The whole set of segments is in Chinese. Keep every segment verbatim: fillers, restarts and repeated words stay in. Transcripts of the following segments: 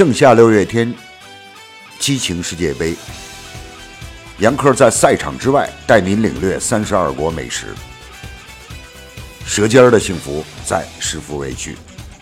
盛夏六月天，激情世界杯，杨科在赛场之外带您领略三十二国美食。舌尖的幸福在食福为区。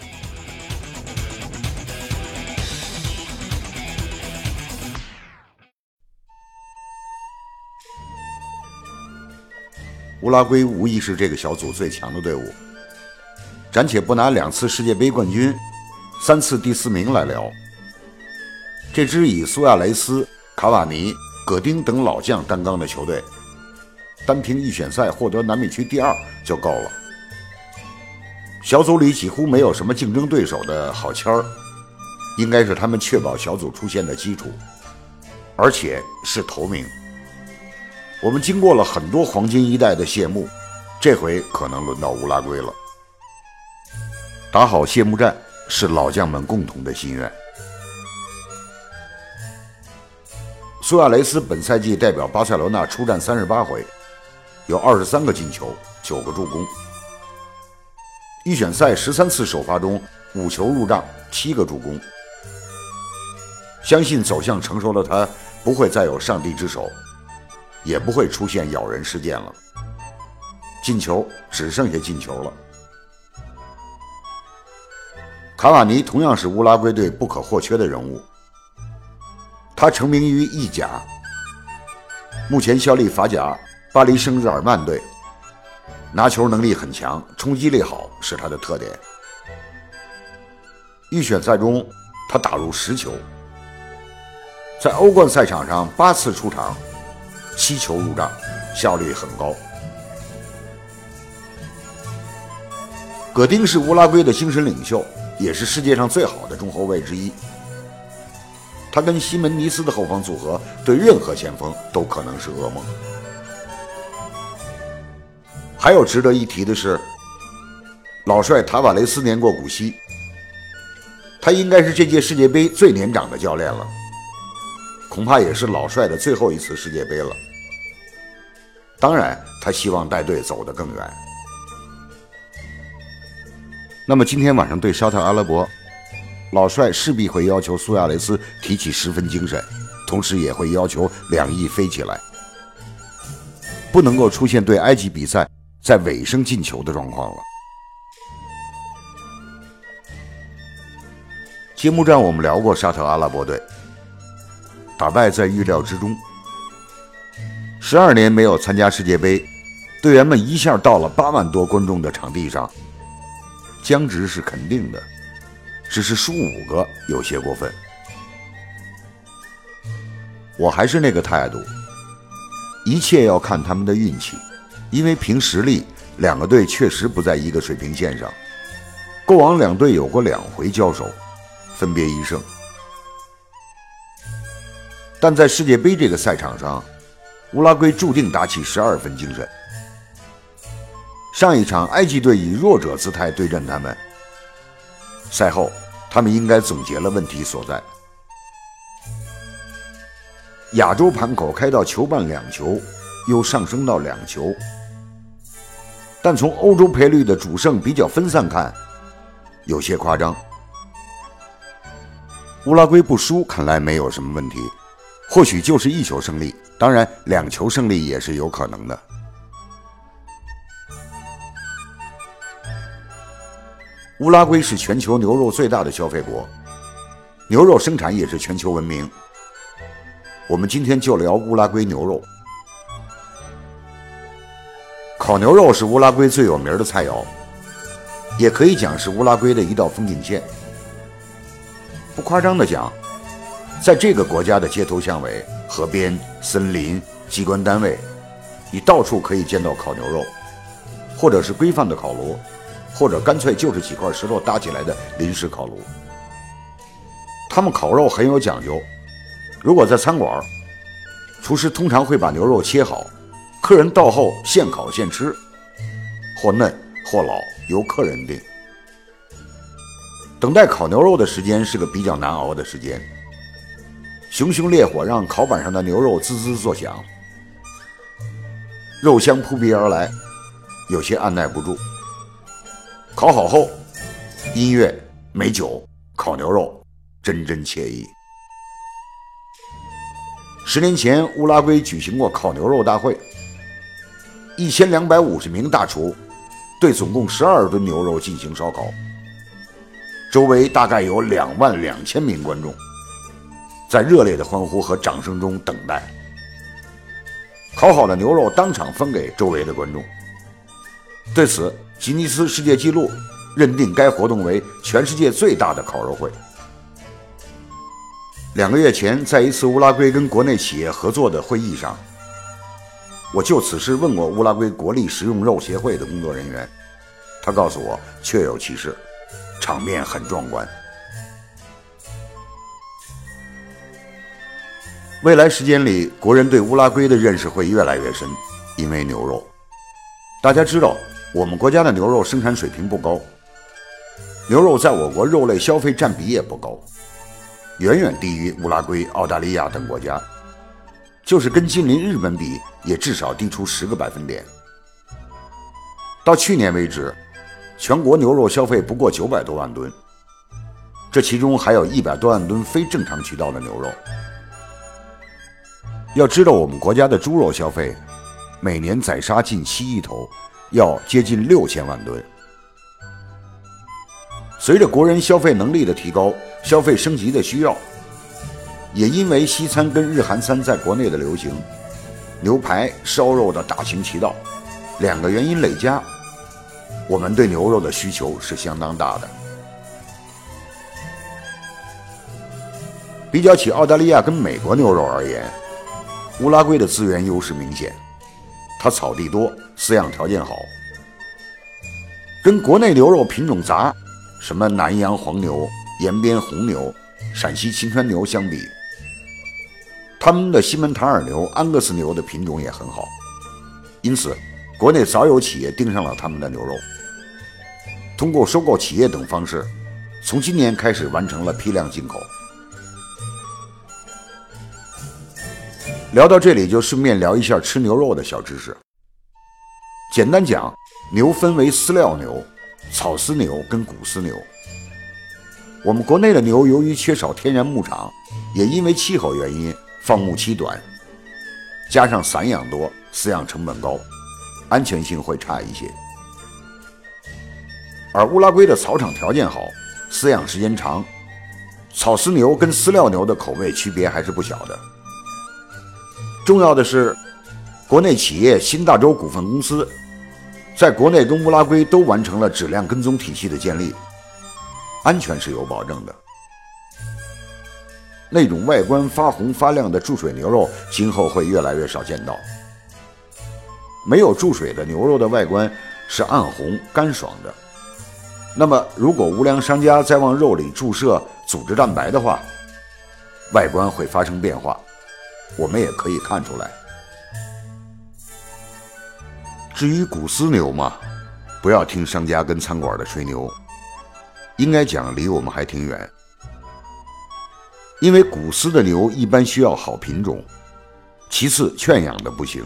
乌拉圭无疑是这个小组最强的队伍，暂且不拿两次世界杯冠军、三次第四名来聊，这支以苏亚雷斯、卡瓦尼、戈丁等老将担纲的球队，单凭预选赛获得南美区第二就够了。小组里几乎没有什么竞争对手的好签儿，应该是他们确保小组出线的基础，而且是头名。我们经过了很多黄金一代的谢幕，这回可能轮到乌拉圭了。打好谢幕战是老将们共同的心愿。苏亚雷斯本赛季代表巴塞罗那出战三十八回，有二十三个进球，九个助攻。预选赛十三次首发中，五球入账，七个助攻。相信走向成熟的他不会再有上帝之手，也不会出现咬人事件了。进球只剩下进球了。卡瓦尼同样是乌拉圭队不可或缺的人物，他成名于意甲，目前效力法甲巴黎圣日耳曼队，拿球能力很强，冲击力好是他的特点。预选赛中他打入十球，在欧冠赛场上八次出场，七球入账，效率很高。戈丁是乌拉圭的精神领袖，也是世界上最好的中后卫之一。他跟西门尼斯的后防组合对任何前锋都可能是噩梦。还有值得一提的是，老帅塔瓦雷斯年过古稀，他应该是这届世界杯最年长的教练了，恐怕也是老帅的最后一次世界杯了。当然，他希望带队走得更远。那么今天晚上对沙特阿拉伯，老帅势必会要求苏亚雷斯提起十分精神，同时也会要求两翼飞起来，不能够出现对埃及比赛在尾声进球的状况了。揭幕战我们聊过沙特阿拉伯队，打败在预料之中。十二年没有参加世界杯，队员们一下到了八万多观众的场地上，僵直是肯定的，只是输五个有些过分。我还是那个态度，一切要看他们的运气，因为凭实力，两个队确实不在一个水平线上。过往两队有过两回交手，分别一胜。但在世界杯这个赛场上，乌拉圭注定打起十二分精神。上一场埃及队以弱者姿态对阵他们，赛后他们应该总结了问题所在。亚洲盘口开到球半两球，又上升到两球，但从欧洲赔率的主胜比较分散看，有些夸张。乌拉圭不输看来没有什么问题，或许就是一球胜利，当然两球胜利也是有可能的。乌拉圭是全球牛肉最大的消费国，牛肉生产也是全球闻名。我们今天就聊乌拉圭牛肉。烤牛肉是乌拉圭最有名的菜肴，也可以讲是乌拉圭的一道风景线。不夸张地讲，在这个国家的街头巷尾、河边、森林、机关单位，你到处可以见到烤牛肉，或者是规范的烤炉，或者干脆就是几块石头搭起来的临时烤炉。他们烤肉很有讲究，如果在餐馆，厨师通常会把牛肉切好，客人到后现烤现吃，或嫩或老，由客人定。等待烤牛肉的时间是个比较难熬的时间，熊熊烈火让烤板上的牛肉滋滋作响，肉香扑鼻而来，有些按耐不住。烤好后，音乐、美酒、烤牛肉， 真真惬意。十年前，乌拉圭举行过烤牛肉大会，一千两百五十名大厨对总共十二吨牛肉进行烧烤，周围大概有两万两千名观众，在热烈的欢呼和掌声中等待。烤好的牛肉当场分给周围的观众。对此，吉尼斯世界纪录认定该活动为全世界最大的烤肉会。两个月前，在一次乌拉圭跟国内企业合作的会议上，我就此事问过乌拉圭国立食用肉协会的工作人员，他告诉我确有其事，场面很壮观。未来时间里，国人对乌拉圭的认识会越来越深，因为牛肉。大家知道，我们国家的牛肉生产水平不高，牛肉在我国肉类消费占比也不高，远远低于乌拉圭、澳大利亚等国家，就是跟近邻日本比，也至少低出十个百分点。到去年为止，全国牛肉消费不过九百多万吨，这其中还有一百多万吨非正常渠道的牛肉。要知道，我们国家的猪肉消费每年宰杀近七亿头，要接近六千万吨。随着国人消费能力的提高，消费升级的需要，也因为西餐跟日韩餐在国内的流行，牛排、烧肉的大行其道，两个原因累加，我们对牛肉的需求是相当大的。比较起澳大利亚跟美国牛肉而言，乌拉圭的资源优势明显，它草地多，饲养条件好。跟国内牛肉品种杂，什么南洋黄牛、延边红牛、陕西秦川牛相比，他们的西门塔尔牛、安格斯牛的品种也很好，因此国内早有企业盯上了他们的牛肉，通过收购企业等方式，从今年开始完成了批量进口。聊到这里，就顺便聊一下吃牛肉的小知识。简单讲，牛分为饲料牛、草饲牛跟谷饲牛。我们国内的牛由于缺少天然牧场，也因为气候原因放牧期短，加上散养多，饲养成本高，安全性会差一些。而乌拉圭的草场条件好，饲养时间长，草饲牛跟饲料牛的口味区别还是不小的。重要的是，国内企业新大洲股份公司在国内跟乌拉圭都完成了质量跟踪体系的建立，安全是有保证的。那种外观发红发亮的注水牛肉，今后会越来越少见到。没有注水的牛肉的外观是暗红干爽的。那么，如果无良商家再往肉里注射组织蛋白的话，外观会发生变化，我们也可以看出来。至于谷饲牛嘛，不要听商家跟餐馆的吹牛，应该讲离我们还挺远。因为谷饲的牛一般需要好品种，其次圈养的不行。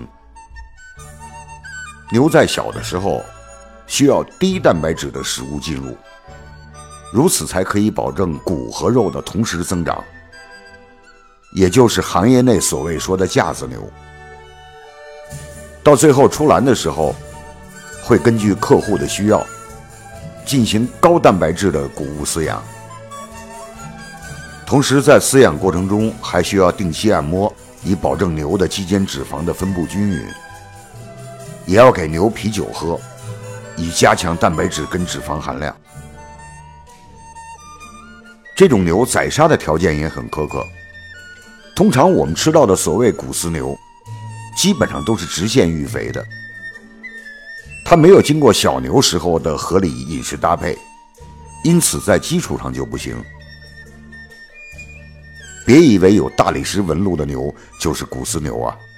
牛在小的时候需要低蛋白质的食物进入，如此才可以保证骨和肉的同时增长，也就是行业内所谓说的架子牛。到最后出栏的时候，会根据客户的需要进行高蛋白质的谷物饲养，同时在饲养过程中还需要定期按摩，以保证牛的肌间脂肪的分布均匀，也要给牛啤酒喝，以加强蛋白质跟脂肪含量。这种牛宰杀的条件也很苛刻，通常我们吃到的所谓谷饲牛基本上都是直线育肥的，它没有经过小牛时候的合理饮食搭配，因此在基础上就不行。别以为有大理石纹路的牛就是谷饲牛啊！